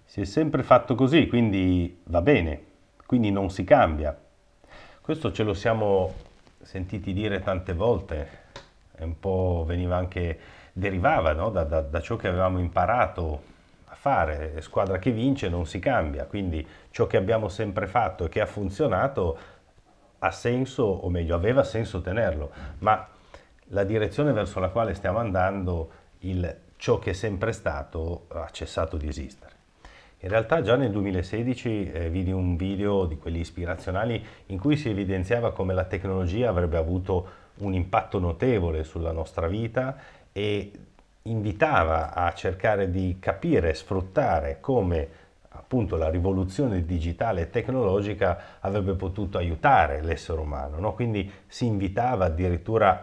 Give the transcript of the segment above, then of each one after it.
Si è sempre fatto così, quindi va bene, quindi non si cambia. Questo ce lo siamo sentiti dire tante volte, e un po' veniva anche, derivava, no, da ciò che avevamo imparato a fare. Squadra che vince non si cambia, quindi ciò che abbiamo sempre fatto e che ha funzionato ha senso, o meglio, aveva senso tenerlo, ma la direzione verso la quale stiamo andando, ciò che è sempre stato, ha cessato di esistere. In realtà già nel 2016 vidi un video di quelli ispirazionali in cui si evidenziava come la tecnologia avrebbe avuto un impatto notevole sulla nostra vita e invitava a cercare di capire e sfruttare come appunto la rivoluzione digitale e tecnologica avrebbe potuto aiutare l'essere umano, no? Quindi si invitava addirittura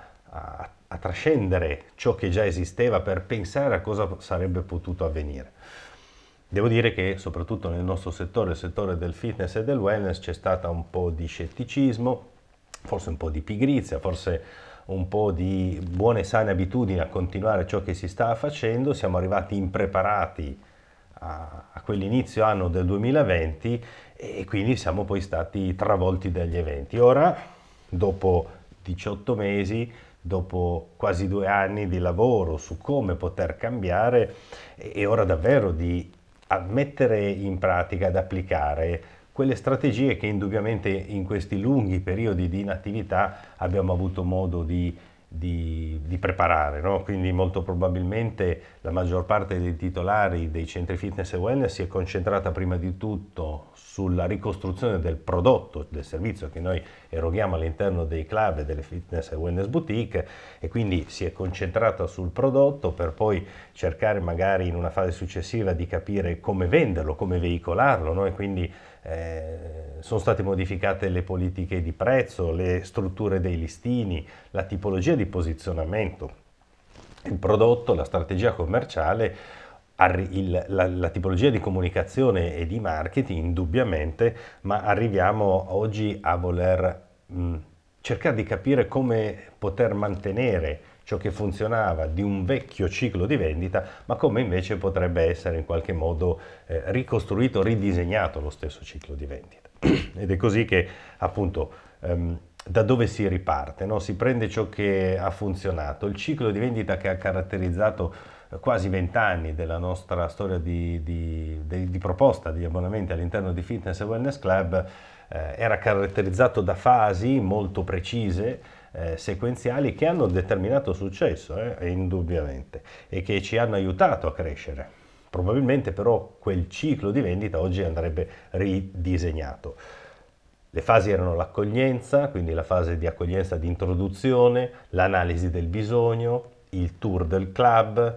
a trascendere ciò che già esisteva per pensare a cosa sarebbe potuto avvenire. Devo dire che soprattutto nel nostro settore, il settore del fitness e del wellness, c'è stata un po' di scetticismo, forse un po' di pigrizia, forse un po' di buone e sane abitudini a continuare ciò che si stava facendo. Siamo arrivati impreparati a quell'inizio anno del 2020 e quindi siamo poi stati travolti dagli eventi. Ora, dopo 18 mesi, dopo quasi 2 anni di lavoro su come poter cambiare, è ora davvero di mettere in pratica, ad applicare quelle strategie che indubbiamente in questi lunghi periodi di inattività abbiamo avuto modo di preparare, no? Quindi molto probabilmente la maggior parte dei titolari dei centri fitness e wellness si è concentrata prima di tutto sulla ricostruzione del prodotto, del servizio che noi eroghiamo all'interno dei club e delle fitness e wellness boutique, e quindi si è concentrata sul prodotto per poi cercare magari in una fase successiva di capire come venderlo, come veicolarlo, no? E quindi sono state modificate le politiche di prezzo, le strutture dei listini, la tipologia di posizionamento, il prodotto, la strategia commerciale, la tipologia di comunicazione e di marketing, indubbiamente, ma arriviamo oggi a voler cercare di capire come poter mantenere ciò che funzionava di un vecchio ciclo di vendita, ma come invece potrebbe essere in qualche modo ricostruito, ridisegnato lo stesso ciclo di vendita. Ed è così che appunto da dove si riparte, no? Si prende ciò che ha funzionato, il ciclo di vendita che ha caratterizzato quasi 20 anni della nostra storia di proposta di abbonamenti all'interno di Fitness e Wellness Club. Era caratterizzato da fasi molto precise, sequenziali, che hanno determinato successo, indubbiamente, e che ci hanno aiutato a crescere. Probabilmente però quel ciclo di vendita oggi andrebbe ridisegnato. Le fasi erano l'accoglienza, quindi la fase di accoglienza di introduzione, l'analisi del bisogno, il tour del club,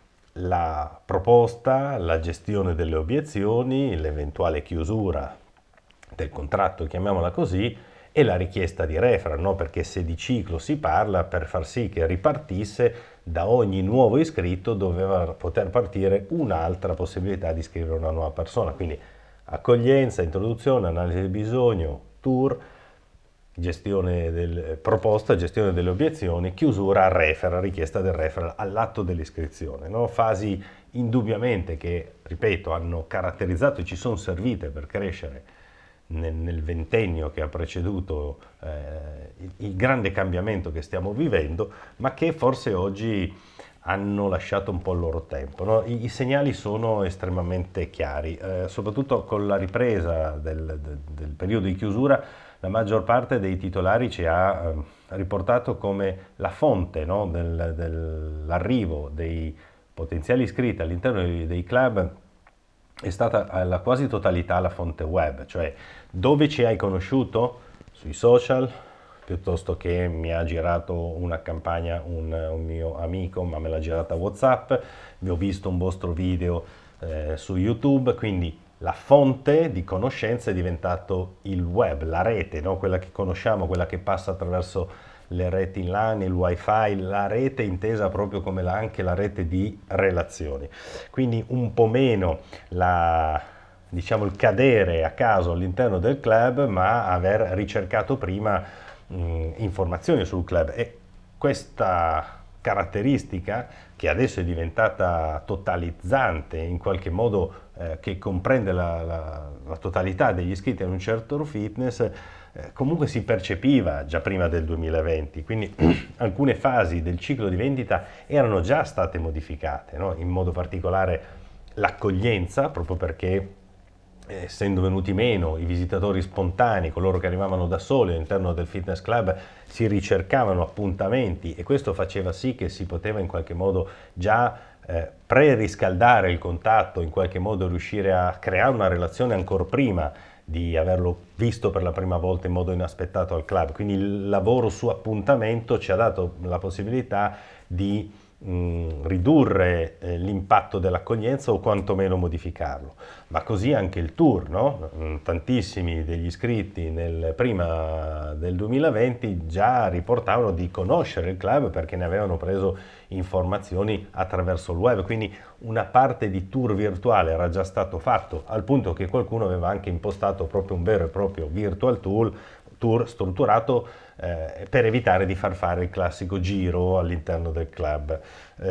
la proposta, la gestione delle obiezioni, l'eventuale chiusura del contratto, chiamiamola così, e la richiesta di referral, no? Perché se di ciclo si parla, per far sì che ripartisse, da ogni nuovo iscritto doveva poter partire un'altra possibilità di iscrivere una nuova persona. Quindi accoglienza, introduzione, analisi del bisogno, tour, gestione del proposta, gestione delle obiezioni, chiusura, referral, richiesta del referral all'atto dell'iscrizione, no? Fasi indubbiamente che, ripeto, hanno caratterizzato e ci sono servite per crescere nel ventennio che ha preceduto il grande cambiamento che stiamo vivendo, ma che forse oggi hanno lasciato un po' il loro tempo, no? I segnali sono estremamente chiari, soprattutto con la ripresa del periodo di chiusura. La maggior parte dei titolari ci ha riportato come la fonte, no, dell'arrivo dei potenziali iscritti all'interno dei club è stata la quasi totalità la fonte web, cioè dove ci hai conosciuto? Sui social, piuttosto che mi ha girato una campagna un mio amico, ma me l'ha girata WhatsApp, vi ho visto un vostro video su YouTube, quindi la fonte di conoscenza è diventato il web, la rete, no? Quella che conosciamo, quella che passa attraverso le reti in LAN, il wifi, la rete intesa proprio come anche la rete di relazioni. Quindi un po' meno diciamo, il cadere a caso all'interno del club, ma aver ricercato prima informazioni sul club. E caratteristica che adesso è diventata totalizzante, in qualche modo che comprende la totalità degli iscritti ad un certo fitness, comunque si percepiva già prima del 2020, quindi alcune fasi del ciclo di vendita erano già state modificate, no? In modo particolare l'accoglienza, proprio perché essendo venuti meno i visitatori spontanei, coloro che arrivavano da soli all'interno del fitness club, si ricercavano appuntamenti e questo faceva sì che si poteva in qualche modo già pre-riscaldare il contatto, in qualche modo riuscire a creare una relazione ancora prima di averlo visto per la prima volta in modo inaspettato al club. Quindi il lavoro su appuntamento ci ha dato la possibilità di ridurre l'impatto dell'accoglienza o quantomeno modificarlo. Ma così anche il tour, no? Tantissimi degli iscritti prima del 2020 già riportavano di conoscere il club perché ne avevano preso informazioni attraverso il web, quindi una parte di tour virtuale era già stato fatto, al punto che qualcuno aveva anche impostato proprio un vero e proprio virtual tour strutturato per evitare di far fare il classico giro all'interno del club.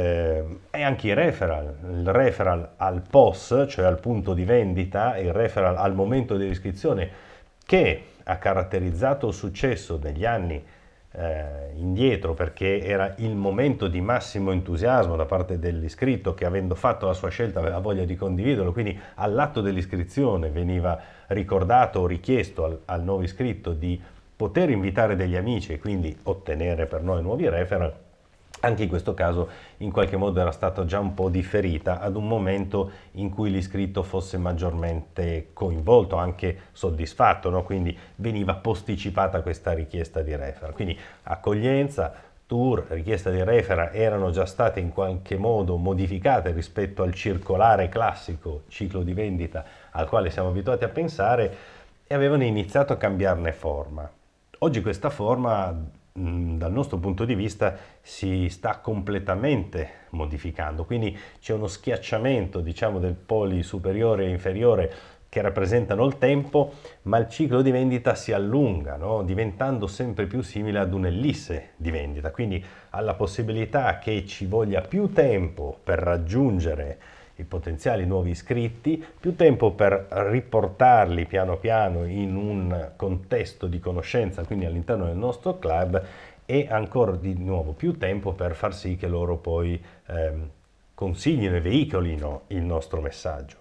E anche il referral al POS, cioè al punto di vendita, e il referral al momento dell'iscrizione, che ha caratterizzato il successo negli anni indietro, perché era il momento di massimo entusiasmo da parte dell'iscritto che, avendo fatto la sua scelta, aveva voglia di condividerlo, quindi all'atto dell'iscrizione veniva ricordato o richiesto al nuovo iscritto di poter invitare degli amici e quindi ottenere per noi nuovi referral. Anche in questo caso in qualche modo era stata già un po' differita ad un momento in cui l'iscritto fosse maggiormente coinvolto, anche soddisfatto, no? Quindi veniva posticipata questa richiesta di referral. Quindi accoglienza, tour, richiesta di referral erano già state in qualche modo modificate rispetto al circolare classico ciclo di vendita al quale siamo abituati a pensare e avevano iniziato a cambiarne forma. Oggi questa forma, dal nostro punto di vista, si sta completamente modificando, quindi c'è uno schiacciamento, diciamo, del poli superiore e inferiore che rappresentano il tempo, ma il ciclo di vendita si allunga, no? Diventando sempre più simile ad un'ellisse di vendita, quindi alla possibilità che ci voglia più tempo per raggiungere i potenziali nuovi iscritti, più tempo per riportarli piano piano in un contesto di conoscenza, quindi all'interno del nostro club, e ancora di nuovo più tempo per far sì che loro poi consiglino e veicolino il nostro messaggio.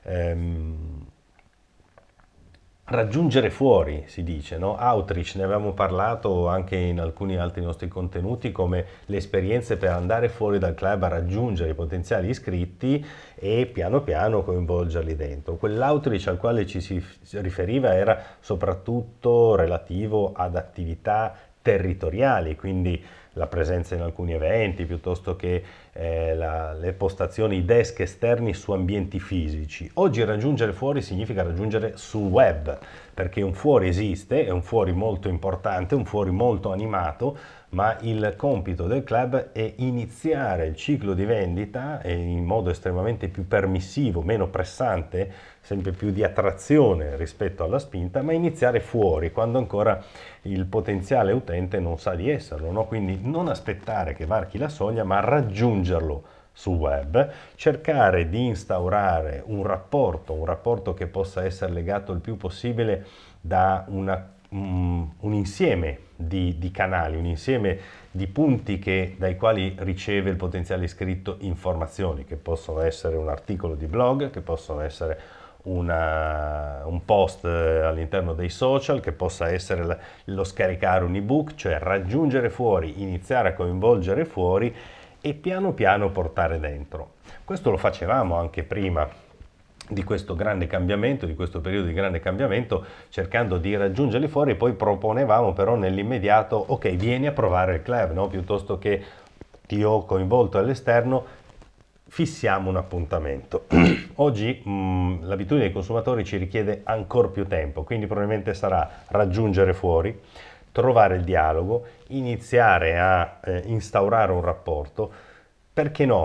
Raggiungere fuori, si dice, no? Outreach, ne avevamo parlato anche in alcuni altri nostri contenuti, come le esperienze per andare fuori dal club a raggiungere i potenziali iscritti e piano piano coinvolgerli dentro. Quell'outreach al quale ci si riferiva era soprattutto relativo ad attività territoriali, quindi la presenza in alcuni eventi, piuttosto che le postazioni, i desk esterni su ambienti fisici. Oggi raggiungere fuori significa raggiungere sul web, perché un fuori esiste, è un fuori molto importante, un fuori molto animato, ma il compito del club è iniziare il ciclo di vendita in modo estremamente più permissivo, meno pressante, sempre più di attrazione rispetto alla spinta, ma iniziare fuori, quando ancora il potenziale utente non sa di esserlo, no? Quindi non aspettare che varchi la soglia, ma raggiungerlo sul web, cercare di instaurare un rapporto che possa essere legato il più possibile da un insieme di canali, un insieme di punti dai quali riceve il potenziale iscritto informazioni, che possono essere un articolo di blog, che possono essere un post all'interno dei social, che possa essere lo scaricare un ebook, cioè raggiungere fuori, iniziare a coinvolgere fuori e piano piano portare dentro. Questo lo facevamo anche prima di questo grande cambiamento, di questo periodo di grande cambiamento, cercando di raggiungerli fuori, e poi proponevamo però nell'immediato: ok, vieni a provare il club, no? Piuttosto che ti ho coinvolto all'esterno, fissiamo un appuntamento. Oggi l'abitudine dei consumatori ci richiede ancora più tempo, quindi probabilmente sarà raggiungere fuori, trovare il dialogo, iniziare a instaurare un rapporto, perché no?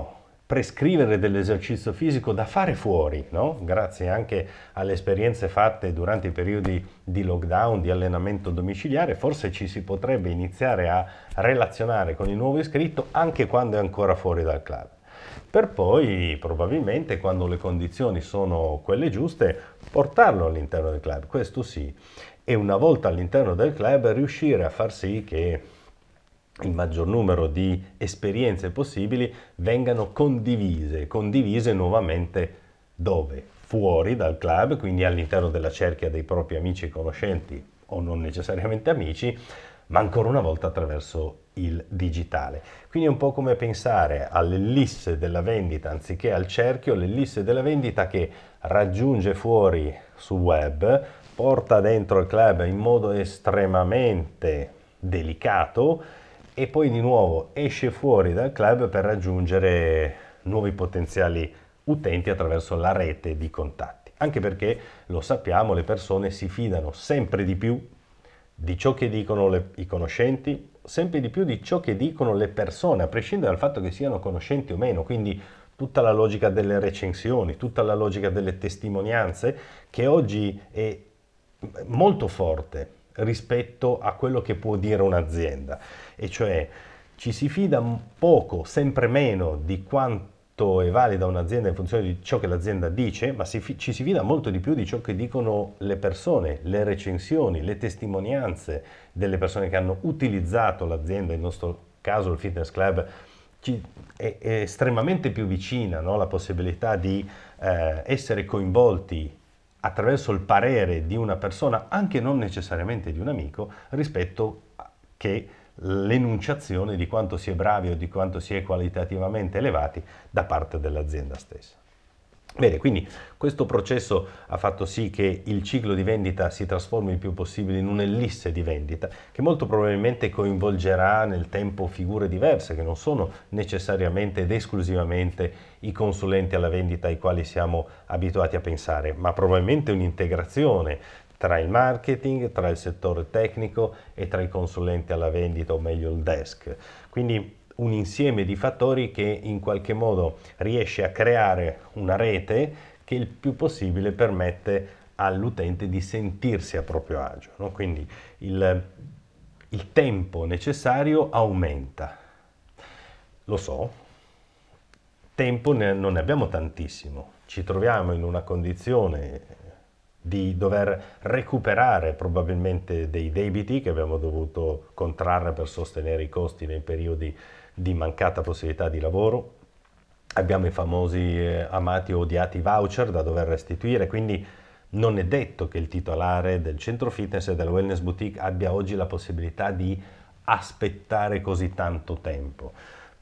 prescrivere dell'esercizio fisico da fare fuori, no? Grazie anche alle esperienze fatte durante i periodi di lockdown, di allenamento domiciliare, forse ci si potrebbe iniziare a relazionare con il nuovo iscritto anche quando è ancora fuori dal club. Per poi, probabilmente, quando le condizioni sono quelle giuste, portarlo all'interno del club, questo sì. E una volta all'interno del club riuscire a far sì che il maggior numero di esperienze possibili vengano condivise nuovamente dove? Fuori dal club, quindi all'interno della cerchia dei propri amici e conoscenti o non necessariamente amici, ma ancora una volta attraverso il digitale. Quindi è un po' come pensare all'ellisse della vendita anziché al cerchio, l'ellisse della vendita che raggiunge fuori sul web, porta dentro il club in modo estremamente delicato e poi di nuovo esce fuori dal club per raggiungere nuovi potenziali utenti attraverso la rete di contatti. Anche perché, lo sappiamo, le persone si fidano sempre di più di ciò che dicono i conoscenti, sempre di più di ciò che dicono le persone, a prescindere dal fatto che siano conoscenti o meno. Quindi tutta la logica delle recensioni, tutta la logica delle testimonianze, che oggi è molto forte rispetto a quello che può dire un'azienda, e cioè ci si fida poco, sempre meno di quanto è valida un'azienda in funzione di ciò che l'azienda dice, ma ci si fida molto di più di ciò che dicono le persone, le recensioni, le testimonianze delle persone che hanno utilizzato l'azienda, nel nostro caso il fitness club. È estremamente più vicina, no? La possibilità di essere coinvolti attraverso il parere di una persona, anche non necessariamente di un amico, rispetto che l'enunciazione di quanto si è bravi o di quanto si è qualitativamente elevati da parte dell'azienda stessa. Bene, quindi questo processo ha fatto sì che il ciclo di vendita si trasformi il più possibile in un'ellisse di vendita che molto probabilmente coinvolgerà nel tempo figure diverse che non sono necessariamente ed esclusivamente i consulenti alla vendita ai quali siamo abituati a pensare, ma probabilmente un'integrazione tra il marketing, tra il settore tecnico e tra i consulenti alla vendita, o meglio il desk. Quindi un insieme di fattori che in qualche modo riesce a creare una rete che il più possibile permette all'utente di sentirsi a proprio agio, no? Quindi il tempo necessario aumenta. Lo so, tempo non ne abbiamo tantissimo, ci troviamo in una condizione di dover recuperare probabilmente dei debiti che abbiamo dovuto contrarre per sostenere i costi nei periodi di mancata possibilità di lavoro. Abbiamo i famosi amati o odiati voucher da dover restituire, quindi non è detto che il titolare del centro fitness e del wellness boutique abbia oggi la possibilità di aspettare così tanto tempo,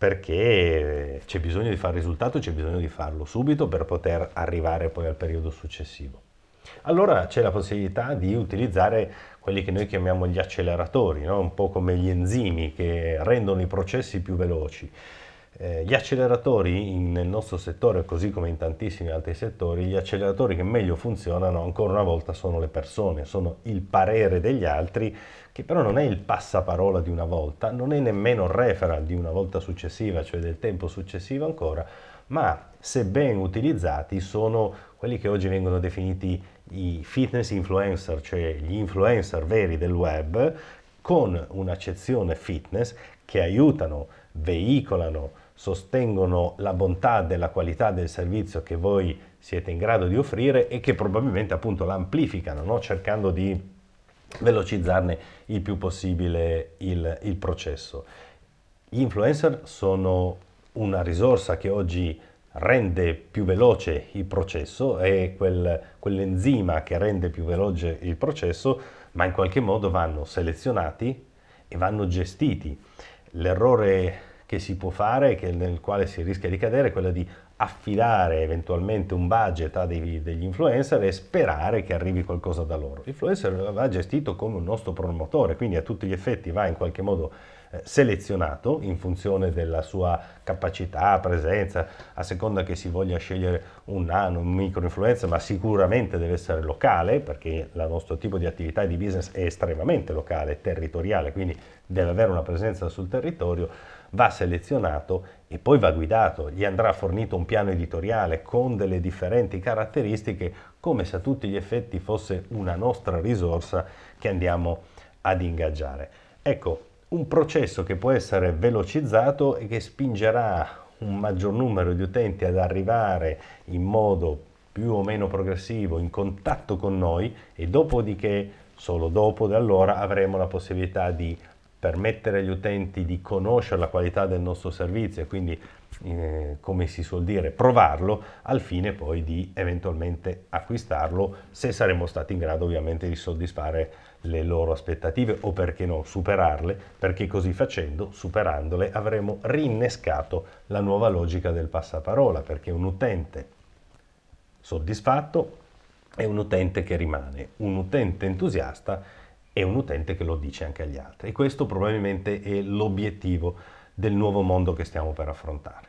perché c'è bisogno di fare risultato, c'è bisogno di farlo subito per poter arrivare poi al periodo successivo. Allora c'è la possibilità di utilizzare quelli che noi chiamiamo gli acceleratori, no? Un po' come gli enzimi che rendono i processi più veloci. Gli acceleratori nel nostro settore, così come in tantissimi altri settori, gli acceleratori che meglio funzionano ancora una volta sono le persone, sono il parere degli altri, che però non è il passaparola di una volta, non è nemmeno il referral di una volta successiva, cioè del tempo successivo ancora, ma se ben utilizzati sono quelli che oggi vengono definiti i fitness influencer, cioè gli influencer veri del web, con un'accezione fitness che aiutano, veicolano, sostengono la bontà della qualità del servizio che voi siete in grado di offrire e che probabilmente appunto l'amplificano, no? Cercando di velocizzarne il più possibile il processo. Gli influencer sono una risorsa che oggi rende più veloce il processo, è quell'enzima che rende più veloce il processo, ma in qualche modo vanno selezionati e vanno gestiti. L'errore che si può fare, nel quale si rischia di cadere, è quello di affidare eventualmente un budget a degli influencer e sperare che arrivi qualcosa da loro. L'influencer va gestito come un nostro promotore, quindi a tutti gli effetti va in qualche modo selezionato in funzione della sua capacità, presenza, a seconda che si voglia scegliere un nano, un micro influencer, ma sicuramente deve essere locale, perché il nostro tipo di attività e di business è estremamente locale, territoriale, quindi deve avere una presenza sul territorio, va selezionato e poi va guidato, gli andrà fornito un piano editoriale con delle differenti caratteristiche, come se a tutti gli effetti fosse una nostra risorsa che andiamo ad ingaggiare. Ecco, un processo che può essere velocizzato e che spingerà un maggior numero di utenti ad arrivare in modo più o meno progressivo in contatto con noi, e dopodiché, solo dopo da allora, avremo la possibilità di permettere agli utenti di conoscere la qualità del nostro servizio e quindi, come si suol dire, provarlo, al fine poi di eventualmente acquistarlo, se saremo stati in grado ovviamente di soddisfare le loro aspettative, o perché no superarle, perché così facendo, superandole, avremo rinnescato la nuova logica del passaparola, perché un utente soddisfatto è un utente che rimane, un utente entusiasta è un utente che lo dice anche agli altri, e questo probabilmente è l'obiettivo del nuovo mondo che stiamo per affrontare.